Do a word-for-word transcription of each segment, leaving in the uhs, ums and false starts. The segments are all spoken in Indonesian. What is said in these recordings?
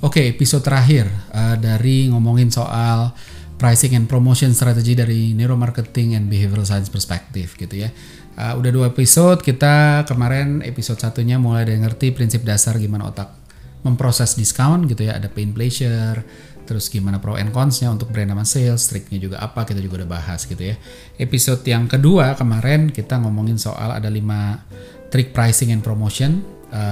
Oke, episode terakhir uh, dari ngomongin soal pricing and promotion strategy dari neuromarketing and behavioral science perspective gitu ya. Uh, udah dua episode, kita kemarin episode satunya mulai dari ngerti prinsip dasar gimana otak memproses diskon gitu ya. Ada pain pleasure, terus gimana pro and cons-nya untuk brand sama sales, triknya juga apa, kita juga udah bahas gitu ya. Episode yang kedua kemarin kita ngomongin soal ada lima trik pricing and promotion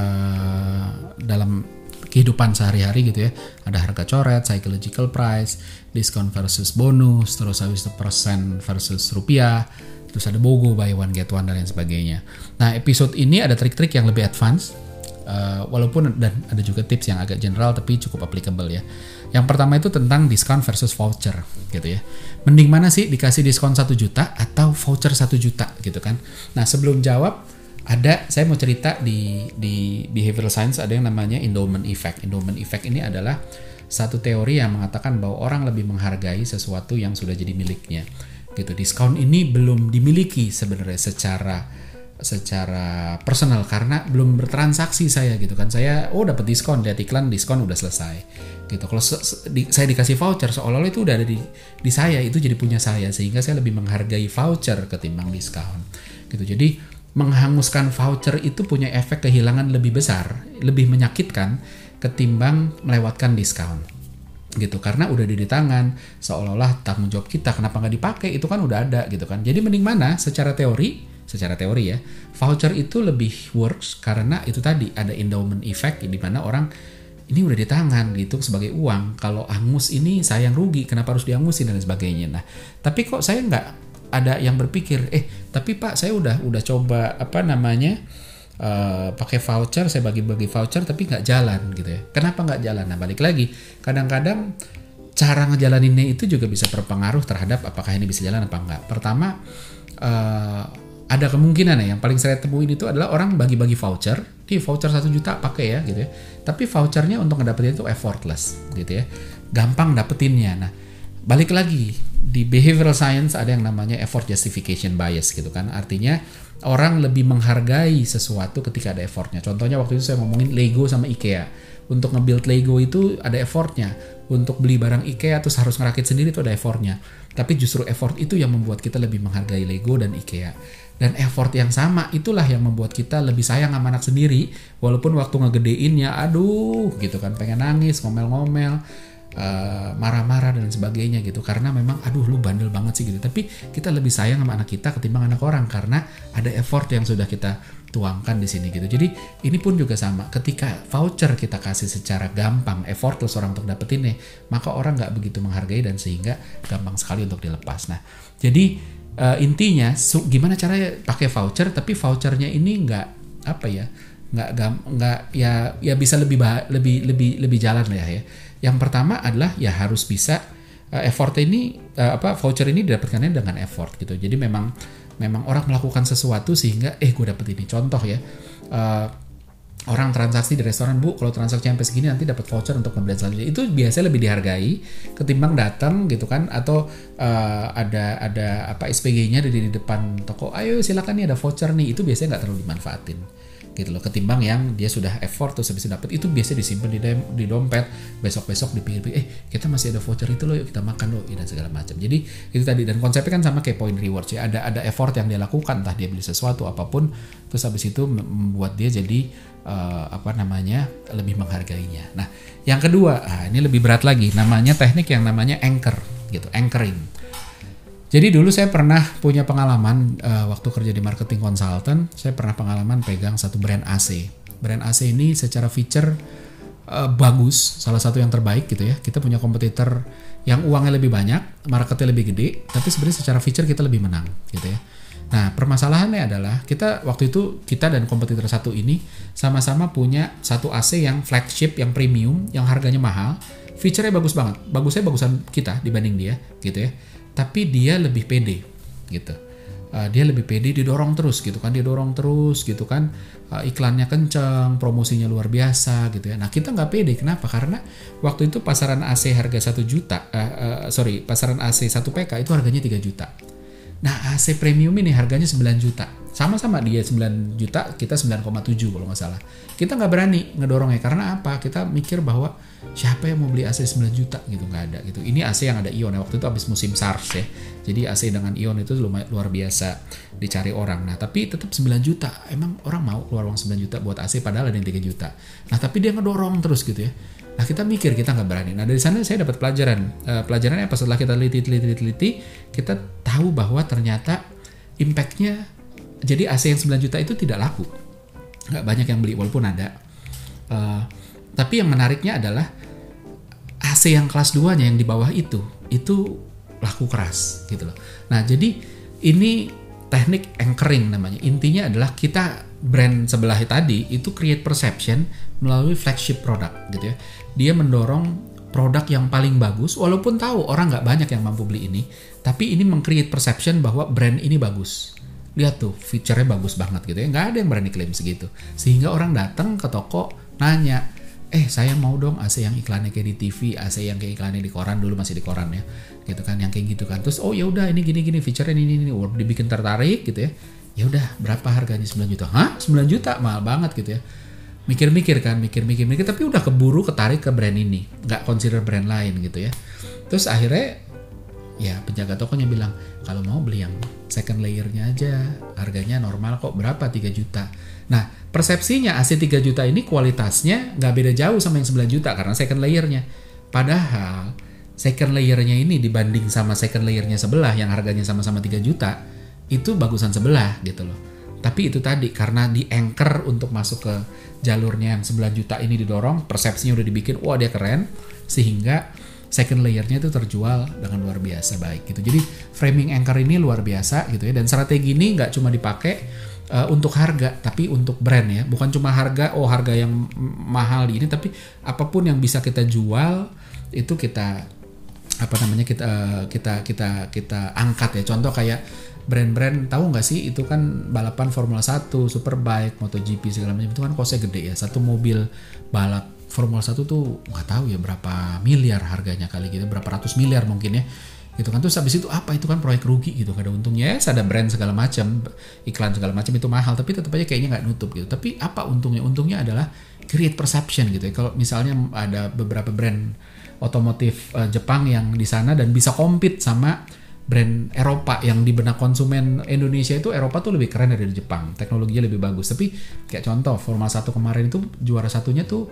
uh, dalam kehidupan sehari-hari gitu ya. Ada harga coret, psychological price, diskon versus bonus, terus habis itu persen versus rupiah, terus ada BOGO, buy one get one dan lain sebagainya. Nah, episode ini ada trik-trik yang lebih advance, uh, walaupun dan ada juga tips yang agak general tapi cukup applicable ya. Yang pertama itu tentang diskon versus voucher gitu ya. Mending mana sih dikasih diskon satu juta atau voucher satu juta gitu kan. Nah, sebelum jawab, ada, saya mau cerita di di behavioral science ada yang namanya endowment effect. Endowment effect ini adalah satu teori yang mengatakan bahwa orang lebih menghargai sesuatu yang sudah jadi miliknya. Gitu. Diskon ini belum dimiliki sebenarnya secara secara personal karena belum bertransaksi saya gitu kan. Saya oh dapat diskon, lihat iklan diskon udah selesai. Gitu. Kalau se- di, saya dikasih voucher seolah-olah itu udah ada di di saya, itu jadi punya saya sehingga saya lebih menghargai voucher ketimbang diskon. Gitu. Jadi menghanguskan voucher itu punya efek kehilangan lebih besar, lebih menyakitkan ketimbang melewatkan diskon. Gitu, karena udah di tangan, seolah-olah tanggung jawab kita, kenapa nggak dipakai, itu kan udah ada gitu kan. Jadi mending mana secara teori, secara teori ya, voucher itu lebih works karena itu tadi ada endowment effect di mana orang ini udah di tangan gitu sebagai uang. Kalau hangus ini sayang rugi, kenapa harus dihangusin dan sebagainya. Nah, tapi kok saya nggak ada yang berpikir, eh tapi Pak saya udah udah coba apa namanya uh, pakai voucher, saya bagi-bagi voucher tapi nggak jalan gitu ya. Kenapa nggak jalan? Nah balik lagi, kadang-kadang cara ngejalaninnya itu juga bisa berpengaruh terhadap apakah ini bisa jalan apa enggak. Pertama, uh, ada kemungkinan ya, yang paling saya temuin itu adalah orang bagi-bagi voucher, di voucher satu juta pakai ya gitu ya. Tapi vouchernya untuk ngedapetin itu effortless gitu ya, gampang dapetinnya. Nah balik lagi, di behavioral science ada yang namanya effort justification bias gitu kan. Artinya orang lebih menghargai sesuatu ketika ada effortnya. Contohnya waktu itu saya ngomongin Lego sama IKEA. Untuk nge-build Lego itu ada effortnya. Untuk beli barang IKEA terus harus ngerakit sendiri itu ada effortnya. Tapi justru effort itu yang membuat kita lebih menghargai Lego dan IKEA. Dan effort yang sama itulah yang membuat kita lebih sayang sama anak sendiri. Walaupun waktu ngegedeinnya aduh gitu kan, pengen nangis, ngomel-ngomel, Uh, marah-marah dan sebagainya gitu, karena memang aduh lu bandel banget sih gitu. Tapi kita lebih sayang sama anak kita ketimbang anak orang karena ada effort yang sudah kita tuangkan di sini gitu. Jadi ini pun juga sama, ketika voucher kita kasih secara gampang, effortless orang untuk dapetinnya, maka orang nggak begitu menghargai dan sehingga gampang sekali untuk dilepas. Nah jadi uh, intinya su- gimana caranya pakai voucher tapi vouchernya ini nggak apa ya nggak nggak ya ya bisa lebih bah- lebih lebih lebih jalan lah ya. Yang pertama adalah ya harus bisa uh, effort ini uh, apa voucher ini didapatkannya dengan effort gitu. Jadi memang memang orang melakukan sesuatu sehingga eh gue dapet ini. Contoh ya, uh, orang transaksi di restoran, Bu, kalau transaksi sampai segini nanti dapat voucher untuk pembelian selanjutnya. Itu biasanya lebih dihargai ketimbang datang gitu kan, atau uh, ada ada apa S P G-nya di, di depan toko. Ayo silakan nih ada voucher nih. Itu biasanya nggak terlalu dimanfaatin gitu loh, ketimbang yang dia sudah effort terus habis dapat itu biasanya disimpan di, dem- di dompet, besok-besok dipikir-pikir eh kita masih ada voucher itu loh, yuk kita makan loh, dan segala macam. Jadi itu tadi, dan konsepnya kan sama kayak point rewards ya, ada ada effort yang dia lakukan, entah dia beli sesuatu apapun, terus habis itu membuat dia jadi uh, apa namanya lebih menghargainya. Nah yang kedua, ah, ini lebih berat lagi, namanya teknik yang namanya anchor gitu, anchoring. Jadi dulu saya pernah punya pengalaman uh, waktu kerja di marketing consultant, saya pernah pengalaman pegang satu brand A C. Brand A C ini secara feature uh, bagus, salah satu yang terbaik gitu ya. Kita punya kompetitor yang uangnya lebih banyak, marketnya lebih gede, tapi sebenarnya secara feature kita lebih menang gitu ya. Nah permasalahannya adalah kita waktu itu, kita dan kompetitor satu ini sama-sama punya satu A C yang flagship, yang premium, yang harganya mahal, feature-nya bagus banget, bagusnya bagusan kita dibanding dia gitu ya. Tapi dia lebih pede gitu, uh, dia lebih pede, didorong terus gitu kan, didorong terus gitu kan, uh, iklannya kenceng, promosinya luar biasa gitu ya. Nah kita nggak pede, kenapa? Karena waktu itu pasaran A C harga satu juta, uh, uh, sorry pasaran A C satu P K itu harganya tiga juta. Nah A C premium ini harganya sembilan juta sama-sama dia sembilan juta, kita sembilan koma tujuh kalau nggak salah. Kita nggak berani ngedorongnya karena apa? Kita mikir bahwa siapa yang mau beli A C sembilan juta gitu, nggak ada gitu. Ini A C yang ada ion ya, waktu itu habis musim SARS ya. Jadi A C dengan ion itu lumayan luar biasa dicari orang. Nah tapi tetap sembilan juta, emang orang mau keluar uang sembilan juta buat A C padahal ada yang tiga juta. Nah tapi dia ngedorong terus gitu ya. Nah kita mikir kita nggak berani. Nah dari sana saya dapat pelajaran. Uh, pelajarannya apa? Setelah kita teliti, teliti, teliti, kita tahu bahwa ternyata impact-nya, jadi A C yang sembilan juta itu tidak laku, nggak banyak yang beli walaupun ada. Uh, tapi yang menariknya adalah A C yang kelas dua-nya yang di bawah itu, itu laku keras gitu loh. Nah jadi ini teknik anchoring namanya. Intinya adalah kita brand sebelah tadi itu create perception melalui flagship product gitu ya. Dia mendorong produk yang paling bagus, walaupun tahu orang nggak banyak yang mampu beli ini, tapi ini meng-create perception bahwa brand ini bagus. Lihat tuh, feature-nya bagus banget gitu ya. Nggak ada yang berani klaim segitu. Sehingga orang datang ke toko, nanya, eh saya mau dong A C yang iklannya kayak di T V, A C yang kayak iklannya di koran, dulu masih di koran ya, gitu kan, yang kayak gitu kan. Terus oh ya udah ini gini-gini, feature-nya ini ini, ini. Dibikin tertarik gitu ya. Ya udah, berapa harganya? sembilan juta. Hah? sembilan juta? Mahal banget gitu ya. Mikir-mikir kan, mikir-mikir, mikir, tapi udah keburu ketarik ke brand ini, nggak consider brand lain gitu ya. Terus akhirnya, ya penjaga tokonya bilang, kalau mau beli yang second layer-nya aja, harganya normal kok, berapa? tiga juta. Nah, persepsinya A C tiga juta ini kualitasnya nggak beda jauh sama yang sembilan juta, karena second layer-nya. Padahal, second layer-nya ini dibanding sama second layer-nya sebelah, yang harganya sama-sama tiga juta, itu bagusan sebelah gitu loh. Tapi itu tadi, karena di anchor untuk masuk ke jalurnya yang sembilan juta ini didorong, persepsinya udah dibikin, wah dia keren, sehingga second layer-nya itu terjual dengan luar biasa baik gitu. Jadi framing anchor ini luar biasa gitu ya, dan strategi ini nggak cuma dipakai uh, untuk harga, tapi untuk brand ya. Bukan cuma harga, oh harga yang mahal di ini, tapi apapun yang bisa kita jual itu kita apa namanya kita kita kita kita angkat ya. Contoh kayak brand-brand, tahu nggak sih itu kan balapan Formula satu, Superbike, MotoGP segala macam itu kan kosnya gede ya. Satu mobil balap Formula satu tuh nggak tahu ya berapa miliar harganya kali gitu, berapa ratus miliar mungkin ya. Gitu kan. Terus habis itu apa? Itu kan proyek rugi gitu, nggak ada untungnya. Ya, ada brand segala macam, iklan segala macam itu mahal, tapi tetap aja kayaknya nggak nutup gitu. Tapi apa untungnya? Untungnya adalah create perception gitu ya. Kalau misalnya ada beberapa brand otomotif uh, Jepang yang di sana dan bisa compete sama brand Eropa yang di benak konsumen Indonesia itu, Eropa tuh lebih keren dari Jepang, teknologinya lebih bagus. Tapi kayak contoh Formula satu kemarin itu juara satunya tuh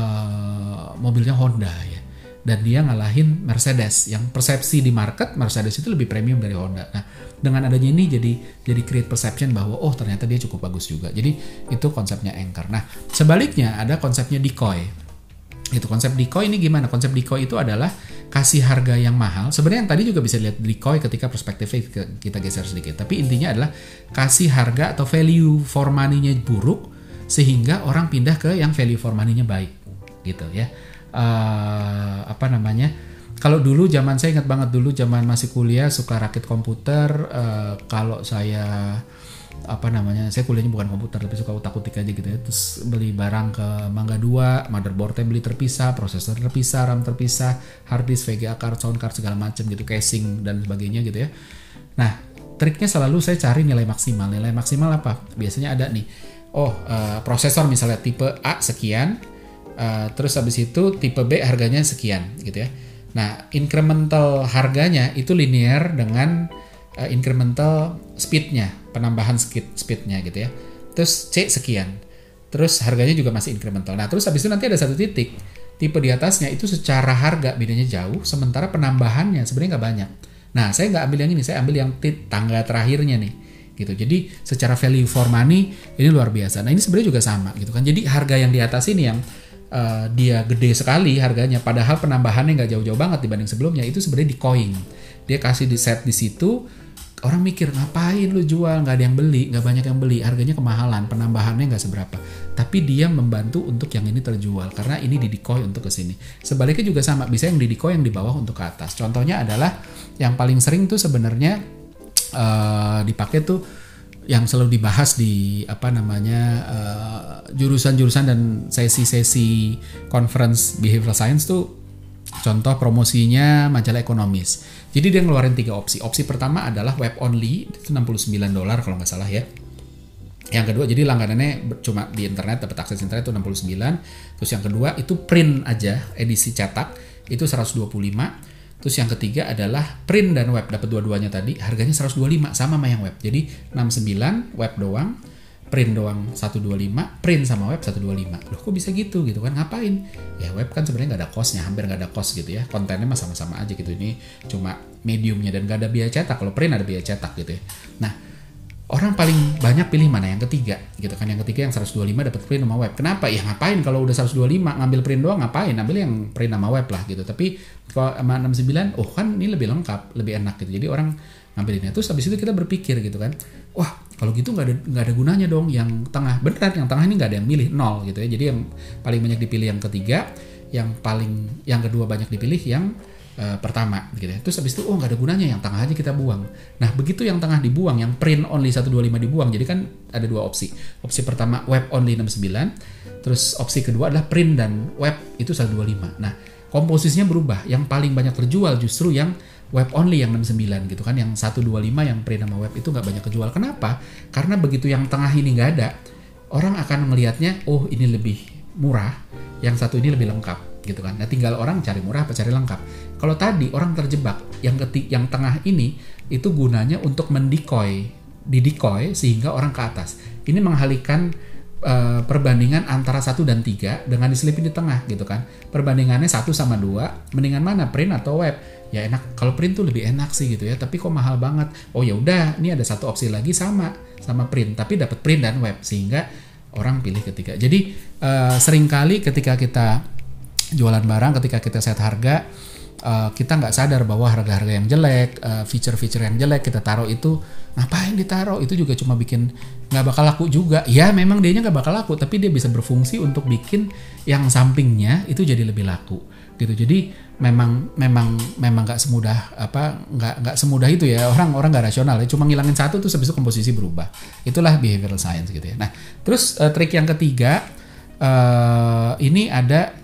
uh, mobilnya Honda ya, dan dia ngalahin Mercedes yang persepsi di market Mercedes itu lebih premium dari Honda. Nah dengan adanya ini jadi jadi create perception bahwa oh ternyata dia cukup bagus juga. Jadi itu konsepnya anchor. Nah sebaliknya ada konsepnya decoy. Itu konsep decoy ini gimana? Konsep decoy itu adalah kasih harga yang mahal. Sebenarnya yang tadi juga bisa lihat decoy ketika perspektifnya kita geser sedikit. Tapi intinya adalah kasih harga atau value for money-nya buruk sehingga orang pindah ke yang value for money-nya baik, gitu ya. Uh, apa namanya? Kalau dulu zaman saya ingat banget dulu zaman masih kuliah suka rakit komputer. Uh, kalau saya apa namanya, saya kuliahnya bukan komputer tapi suka utak-utik aja gitu ya, terus beli barang ke Mangga dua, motherboardnya beli terpisah, prosesor terpisah, RAM terpisah, hard disk, V G A card, sound card segala macam gitu, casing dan sebagainya gitu ya. Nah triknya selalu saya cari nilai maksimal. Nilai maksimal apa? Biasanya ada nih, oh uh, prosesor misalnya tipe A sekian, uh, terus habis itu tipe B harganya sekian gitu ya. Nah incremental harganya itu linear dengan uh, incremental speednya, penambahan speed speednya gitu ya. Terus C sekian, terus harganya juga masih incremental. Nah terus habis itu nanti ada satu titik tipe di atasnya itu secara harga bedanya jauh, sementara penambahannya sebenarnya nggak banyak. Nah saya nggak ambil yang ini, saya ambil yang tit tangga terakhirnya nih gitu. Jadi secara value for money ini luar biasa. Nah ini sebenarnya juga sama gitu kan. Jadi harga yang di atas ini yang uh, dia gede sekali harganya, padahal penambahannya nggak jauh-jauh banget dibanding sebelumnya, itu sebenarnya di coin. Dia kasih di set di situ. Orang mikir ngapain lu jual, nggak ada yang beli, nggak banyak yang beli, harganya kemahalan, penambahannya nggak seberapa. Tapi dia membantu untuk yang ini terjual karena ini di decoy untuk ke sini. Sebaliknya juga sama, bisa yang di decoy yang di bawah untuk ke atas. Contohnya adalah yang paling sering tuh sebenarnya uh, dipakai tuh yang selalu dibahas di apa namanya uh, jurusan-jurusan dan sesi-sesi conference behavioral science tuh. Contoh promosinya majalah Ekonomis. Jadi dia ngeluarin tiga opsi. Opsi pertama adalah web only, itu enam puluh sembilan dolar kalau nggak salah ya. Yang kedua, jadi langganannya cuma di internet, dapat akses internet itu enam puluh sembilan. Terus yang kedua itu print aja, edisi cetak itu seratus dua puluh lima. Terus yang ketiga adalah print dan web, dapat dua-duanya tadi, harganya seratus dua puluh lima sama sama yang web. Jadi enam puluh sembilan web doang, print doang seratus dua puluh lima, print sama web seratus dua puluh lima. Loh kok bisa gitu gitu kan, ngapain? Ya web kan sebenarnya nggak ada cost-nya, hampir nggak ada cost gitu ya. Kontennya mah sama-sama aja gitu, ini cuma mediumnya dan nggak ada biaya cetak. Kalau print ada biaya cetak gitu ya. Nah, orang paling banyak pilih mana? Yang ketiga gitu kan. Yang ketiga yang seratus dua puluh lima dapat print sama web. Kenapa? Ya ngapain kalau udah seratus dua puluh lima ngambil print doang, ngapain? Ambil yang print sama web lah gitu. Tapi kalau sama enam puluh sembilan, oh kan ini lebih lengkap, lebih enak gitu. Jadi orang ngambil ini. Terus habis itu kita berpikir gitu kan, wah kalau gitu nggak ada nggak ada gunanya dong yang tengah. Beneran yang tengah ini nggak ada yang milih, nol gitu ya. Jadi yang paling banyak dipilih yang ketiga, yang paling yang kedua banyak dipilih yang Uh, pertama gitu ya. Terus habis itu oh nggak ada gunanya, yang tengah aja kita buang. Nah begitu yang tengah dibuang, yang print only seratus dua puluh lima dibuang, jadi kan ada dua opsi. Opsi pertama web only enam puluh sembilan, terus opsi kedua adalah print dan web itu seratus dua puluh lima. Nah komposisinya berubah, yang paling banyak terjual justru yang web only yang enam puluh sembilan gitu kan, yang seratus dua puluh lima yang print sama web itu nggak banyak kejual. Kenapa? Karena begitu yang tengah ini nggak ada, orang akan melihatnya oh ini lebih murah, yang satu ini lebih lengkap gitu kan. Nah tinggal orang cari murah apa cari lengkap. Kalau tadi orang terjebak, yang ketik yang tengah ini itu gunanya untuk mendikoy, didikoy sehingga orang ke atas. Ini mengalihkan uh, perbandingan antara satu dan tiga dengan diselipin di tengah gitu kan. Perbandingannya satu sama dua, mendingan mana print atau web? Ya enak, kalau print tuh lebih enak sih gitu ya, tapi kok mahal banget. Oh ya udah, ini ada satu opsi lagi sama sama print, tapi dapat print dan web sehingga orang pilih ketiga. Jadi uh, seringkali ketika kita jualan barang, ketika kita set harga, uh, kita nggak sadar bahwa harga-harga yang jelek, uh, feature-feature yang jelek kita taruh itu, ngapain ditaruh? Itu juga cuma bikin nggak bakal laku juga. Ya memang dianya nggak bakal laku, tapi dia bisa berfungsi untuk bikin yang sampingnya itu jadi lebih laku gitu. Jadi memang memang memang nggak semudah apa nggak nggak semudah itu ya, orang orang nggak rasional ya, cuma ngilangin satu tuh habis itu komposisi berubah. Itulah behavioral science gitu ya. Nah terus uh, trik yang ketiga uh, ini ada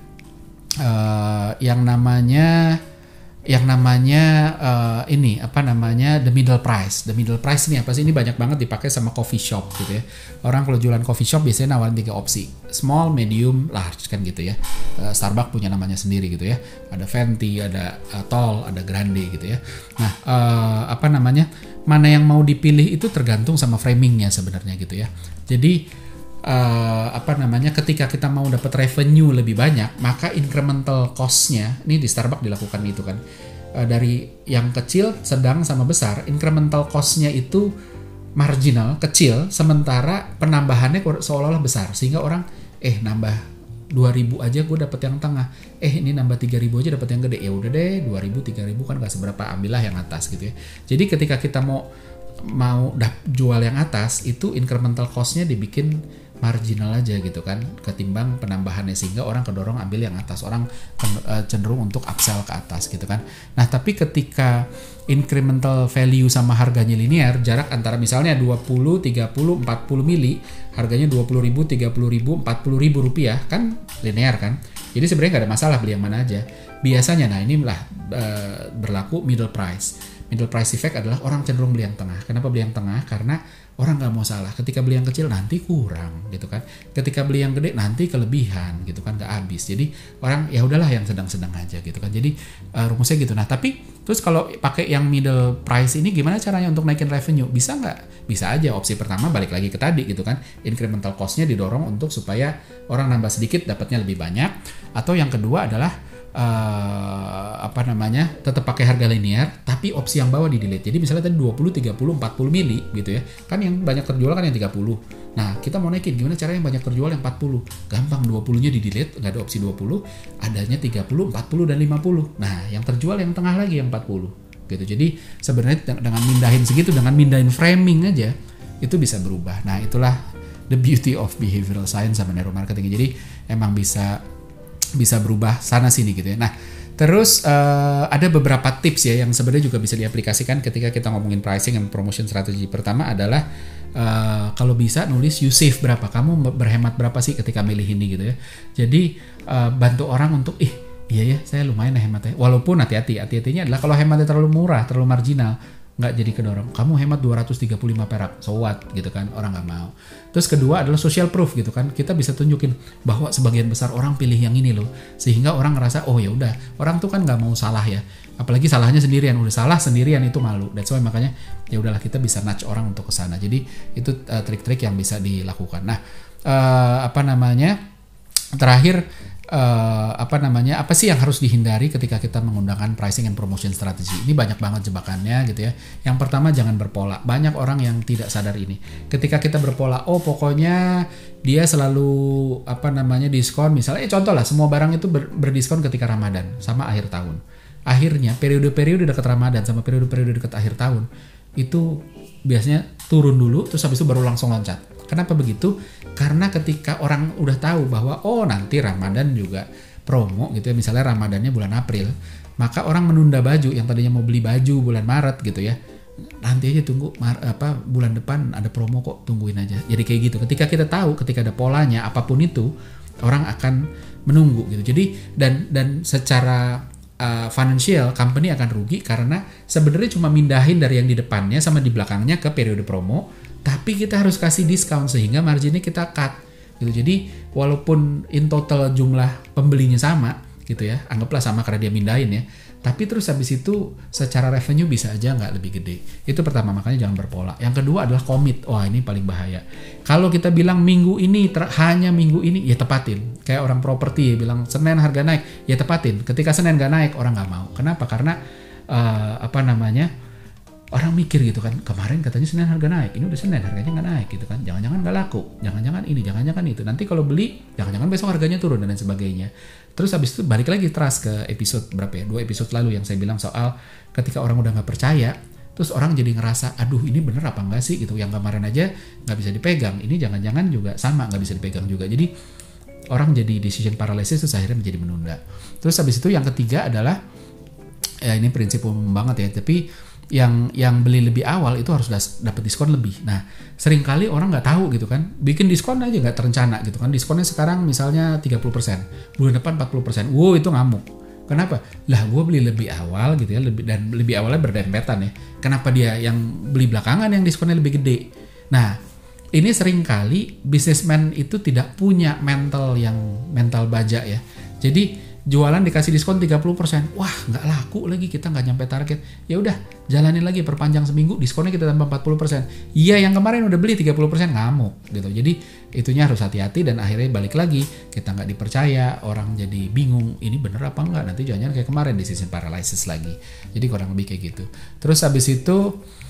Uh, yang namanya yang namanya uh, ini apa namanya the middle price. The middle price ini apa sih? Ini banyak banget dipakai sama coffee shop gitu ya. Orang kalau jualan coffee shop biasanya nawarin tiga opsi, small, medium, large kan gitu ya. uh, Starbucks punya namanya sendiri gitu ya. Ada venti, ada uh, tall, ada grande gitu ya. Nah uh, apa namanya mana yang mau dipilih itu tergantung sama framingnya sebenarnya gitu ya. Jadi Uh, apa namanya ketika kita mau dapat revenue lebih banyak, maka incremental cost-nya ini di Starbucks dilakukan itu kan, uh, dari yang kecil, sedang sama besar, incremental cost-nya itu marginal, kecil, sementara penambahannya seolah-olah besar, sehingga orang eh nambah dua ribu aja gue dapat yang tengah, eh ini nambah tiga ribu aja dapat yang gede, ya udah deh dua ribu tiga ribu kan gak seberapa, ambillah yang atas gitu ya. Jadi ketika kita mau mau dap, jual yang atas itu incremental cost-nya dibikin marginal aja gitu kan, ketimbang penambahannya, sehingga orang kedorong ambil yang atas, orang cenderung untuk upsell ke atas gitu kan. Nah tapi ketika incremental value sama harganya linear, jarak antara misalnya dua puluh, tiga puluh, empat puluh mili, harganya dua puluh ribu, tiga puluh ribu, empat puluh ribu rupiah, kan linear kan. Jadi sebenarnya nggak ada masalah beli yang mana aja. Biasanya nah inilah uh, berlaku middle price. Middle price effect adalah orang cenderung beli yang tengah. Kenapa beli yang tengah? Karena orang nggak mau salah. Ketika beli yang kecil nanti kurang gitu kan. Ketika beli yang gede nanti kelebihan gitu kan, nggak habis. Jadi orang ya udahlah yang sedang-sedang aja gitu kan. Jadi uh, rumusnya gitu. Nah tapi terus kalau pakai yang middle price ini gimana caranya untuk naikin revenue? Bisa nggak? Bisa aja. Opsi pertama balik lagi ke tadi gitu kan. Incremental cost-nya didorong untuk supaya orang nambah sedikit dapatnya lebih banyak. Atau yang kedua adalah Uh, apa namanya tetap pakai harga linear tapi opsi yang bawah di delete. Jadi misalnya tadi dua puluh, tiga puluh, empat puluh mili gitu ya. Kan yang banyak terjual kan yang tiga puluh. Nah, kita mau naikin gimana caranya yang banyak terjual yang empat puluh? Gampang, dua puluh-nya di delete, enggak ada opsi dua puluh, adanya tiga puluh, empat puluh dan lima puluh. Nah, yang terjual yang tengah lagi yang empat puluh gitu. Jadi sebenarnya dengan mindahin segitu, dengan mindahin framing aja itu bisa berubah. Nah, itulah the beauty of behavioral science sama neuromarketing. Jadi emang bisa bisa berubah sana sini gitu ya. Nah, terus uh, ada beberapa tips ya yang sebenarnya juga bisa diaplikasikan ketika kita ngomongin pricing and promotion strategy. Pertama adalah uh, kalau bisa nulis you save berapa, kamu berhemat berapa sih ketika milih ini gitu ya. Jadi uh, bantu orang untuk ih iya ya saya lumayan hematnya. Walaupun hati-hati, hati-hatinya adalah kalau hematnya terlalu murah, terlalu marginal, nggak jadi kedorong. Kamu hemat dua ratus tiga puluh lima perak, so what gitu kan, orang nggak mau. Terus kedua adalah social proof gitu kan, kita bisa tunjukin bahwa sebagian besar orang pilih yang ini loh, sehingga orang ngerasa oh ya udah, orang tuh kan nggak mau salah ya, apalagi salahnya sendirian, udah salah sendirian itu malu. That's why makanya ya udahlah kita bisa nudge orang untuk ke sana. Jadi itu uh, trik-trik yang bisa dilakukan. Nah uh, apa namanya terakhir Uh, apa namanya apa sih yang harus dihindari ketika kita menggunakan pricing and promotion strategy? Ini banyak banget jebakannya gitu ya. Yang pertama, jangan berpola. Banyak orang yang tidak sadar ini. Ketika kita berpola, oh pokoknya dia selalu apa namanya diskon, misalnya eh, contoh lah semua barang itu ber, berdiskon ketika Ramadan sama akhir tahun. Akhirnya periode-periode dekat Ramadan sama periode-periode dekat akhir tahun itu biasanya turun dulu, terus habis itu baru langsung loncat. Kenapa begitu? Karena ketika orang udah tahu bahwa oh nanti Ramadan juga promo gitu ya, misalnya Ramadannya bulan April, maka orang menunda baju yang tadinya mau beli baju bulan Maret gitu ya. Nanti aja tunggu Mar- apa bulan depan ada promo kok, tungguin aja. Jadi kayak gitu. Ketika kita tahu, ketika ada polanya apapun itu, orang akan menunggu gitu. Jadi dan dan secara uh, financial company akan rugi karena sebenarnya cuma mindahin dari yang di depannya sama di belakangnya ke periode promo. Tapi kita harus kasih diskon sehingga marginnya kita cut gitu. Jadi walaupun in total jumlah pembelinya sama gitu ya, anggaplah sama karena dia mindahin ya, tapi terus habis itu secara revenue bisa aja nggak lebih gede. Itu pertama, makanya jangan berpola. Yang kedua adalah komit. Wah ini paling bahaya. Kalau kita bilang minggu ini ter- hanya minggu ini, ya tepatin. Kayak orang properti bilang Senin harga naik, ya tepatin. Ketika Senin nggak naik orang nggak mau. Kenapa? Karena uh, apa namanya? Orang mikir gitu kan, kemarin katanya Senin harga naik, ini udah Senin harganya nggak naik gitu kan, jangan-jangan nggak laku, jangan-jangan ini, jangan-jangan itu, nanti kalau beli, jangan-jangan besok harganya turun dan lain sebagainya. Terus habis itu balik lagi trust ke episode berapa ya, dua episode lalu yang saya bilang soal ketika orang udah nggak percaya, terus orang jadi ngerasa, aduh ini bener apa enggak sih gitu, yang kemarin aja nggak bisa dipegang, ini jangan-jangan juga sama nggak bisa dipegang juga. Jadi orang jadi decision paralysis terus akhirnya menjadi menunda. Terus habis itu yang ketiga adalah, ya ini prinsip umum banget ya, tapi yang yang beli lebih awal itu harus dapat diskon lebih. Nah, seringkali orang nggak tahu gitu kan, bikin diskon aja nggak terencana gitu kan. Diskonnya sekarang misalnya tiga puluh persen, bulan depan empat puluh persen. Wow, itu ngamuk. Kenapa? Lah, gue beli lebih awal gitu ya, lebih dan lebih awalnya berdempetan ya. Kenapa dia yang beli belakangan yang diskonnya lebih gede? Nah, ini seringkali businessman itu tidak punya mental yang mental baja ya. Jadi jualan dikasih diskon tiga puluh persen, wah nggak laku lagi, kita nggak nyampe target, ya udah jalanin lagi, perpanjang seminggu, diskonnya kita tambah empat puluh persen. Iya yang kemarin udah beli tiga puluh persen ngamuk gitu. Jadi itunya harus hati-hati dan akhirnya balik lagi kita nggak dipercaya, orang jadi bingung ini bener apa enggak, nanti jangan kayak kemarin decision paralysis lagi. Jadi kurang lebih kayak gitu. Terus habis itu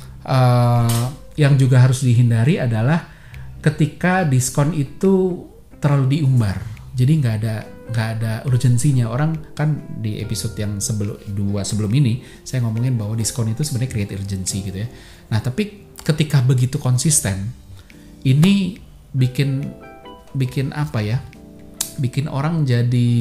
uh, yang juga harus dihindari adalah ketika diskon itu terlalu diumbar. Jadi nggak ada nggak ada urgensinya. Orang kan di episode yang sebelum dua sebelum ini saya ngomongin bahwa diskon itu sebenarnya create urgency gitu ya. Nah tapi ketika begitu konsisten, ini bikin bikin apa ya? Bikin orang jadi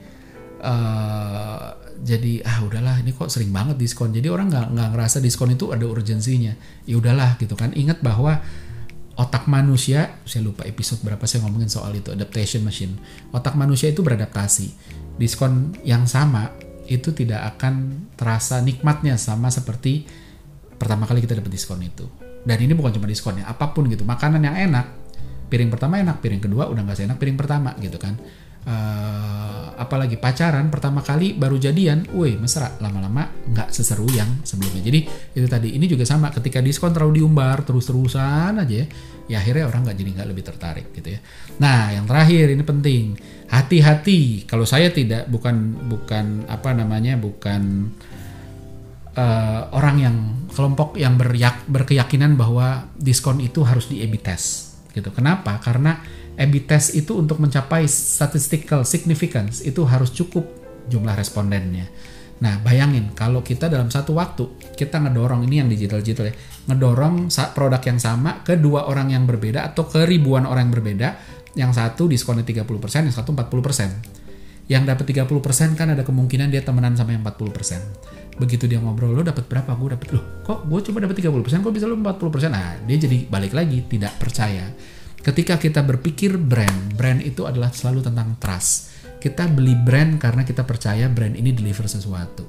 uh, jadi ah udahlah ini kok sering banget diskon. Jadi orang nggak nggak ngerasa diskon itu ada urgensinya. Ya udahlah gitu kan. Ingat bahwa otak manusia, saya lupa episode berapa saya ngomongin soal itu, adaptation machine. Otak manusia itu beradaptasi. Diskon yang sama itu tidak akan terasa nikmatnya sama seperti pertama kali kita dapat diskon itu. Dan ini bukan cuma diskon ya, apapun gitu. Makanan yang enak, piring pertama enak, piring kedua udah gak seenak piring pertama gitu kan. Uh, apalagi pacaran pertama kali baru jadian, woi mesra, lama-lama nggak seseru yang sebelumnya. Jadi itu tadi, ini juga sama, ketika diskon terlalu diumbar terus-terusan aja ya, ya akhirnya orang nggak jadi nggak lebih tertarik gitu ya. Nah yang terakhir ini penting, hati-hati. Kalau saya tidak bukan bukan apa namanya bukan uh, orang yang kelompok yang beryak, berkeyakinan bahwa diskon itu harus di A B test gitu. Kenapa? Karena A B test itu untuk mencapai statistical significance itu harus cukup jumlah respondennya. Nah bayangin kalau kita dalam satu waktu kita ngedorong, ini yang digital-digital ya, ngedorong produk yang sama ke dua orang yang berbeda atau ke ribuan orang yang berbeda, yang satu diskonnya tiga puluh persen, yang satu empat puluh persen. Yang dapat tiga puluh persen kan ada kemungkinan dia temenan sama yang empat puluh persen. Begitu dia ngobrol, lo dapat berapa? Gue dapat, loh kok gue cuma dapat tiga puluh persen, kok bisa lo empat puluh persen? Nah dia jadi balik lagi tidak percaya. Ketika kita berpikir brand, brand itu adalah selalu tentang trust. Kita beli brand karena kita percaya brand ini deliver sesuatu.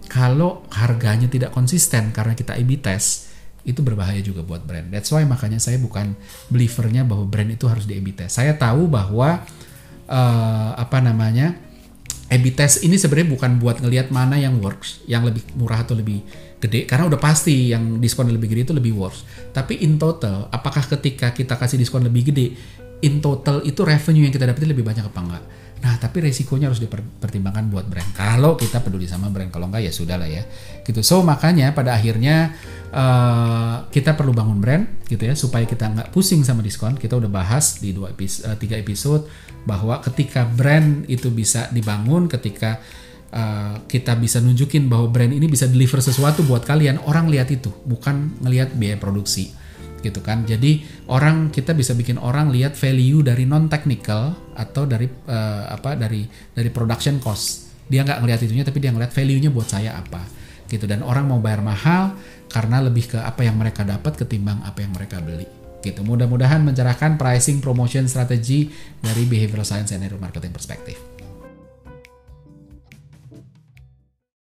kalau harganya tidak konsisten karena kita A B test, itu berbahaya juga buat brand. That's why makanya saya bukan believernya bahwa brand itu harus di A B test. Saya tahu bahwa uh, apa namanya A B test ini sebenarnya bukan buat ngelihat mana yang works, yang lebih murah atau lebih gede, karena udah pasti yang diskon lebih gede itu lebih works. Tapi in total, apakah ketika kita kasih diskon lebih gede, in total itu revenue yang kita dapetin lebih banyak apa enggak? Nah, tapi resikonya harus dipertimbangkan buat brand. Kalau kita peduli sama brand, kalau enggak ya sudah lah ya. Gitu. So makanya pada akhirnya uh, kita perlu bangun brand, gitu ya, supaya kita nggak pusing sama diskon. Kita udah bahas di dua episode, uh, tiga episode bahwa ketika brand itu bisa dibangun, ketika uh, kita bisa nunjukin bahwa brand ini bisa deliver sesuatu buat kalian, orang lihat itu, bukan ngelihat biaya produksi. Gitu kan. Jadi orang kita bisa bikin orang lihat value dari non technical atau dari uh, apa dari dari production cost. Dia nggak ngelihat itunya, tapi dia ngelihat value-nya buat saya apa. Gitu. Dan orang mau bayar mahal karena lebih ke apa yang mereka dapat ketimbang apa yang mereka beli. Gitu. Mudah-mudahan mencerahkan pricing promotion strategi dari behavioral science and neuromarketing perspective.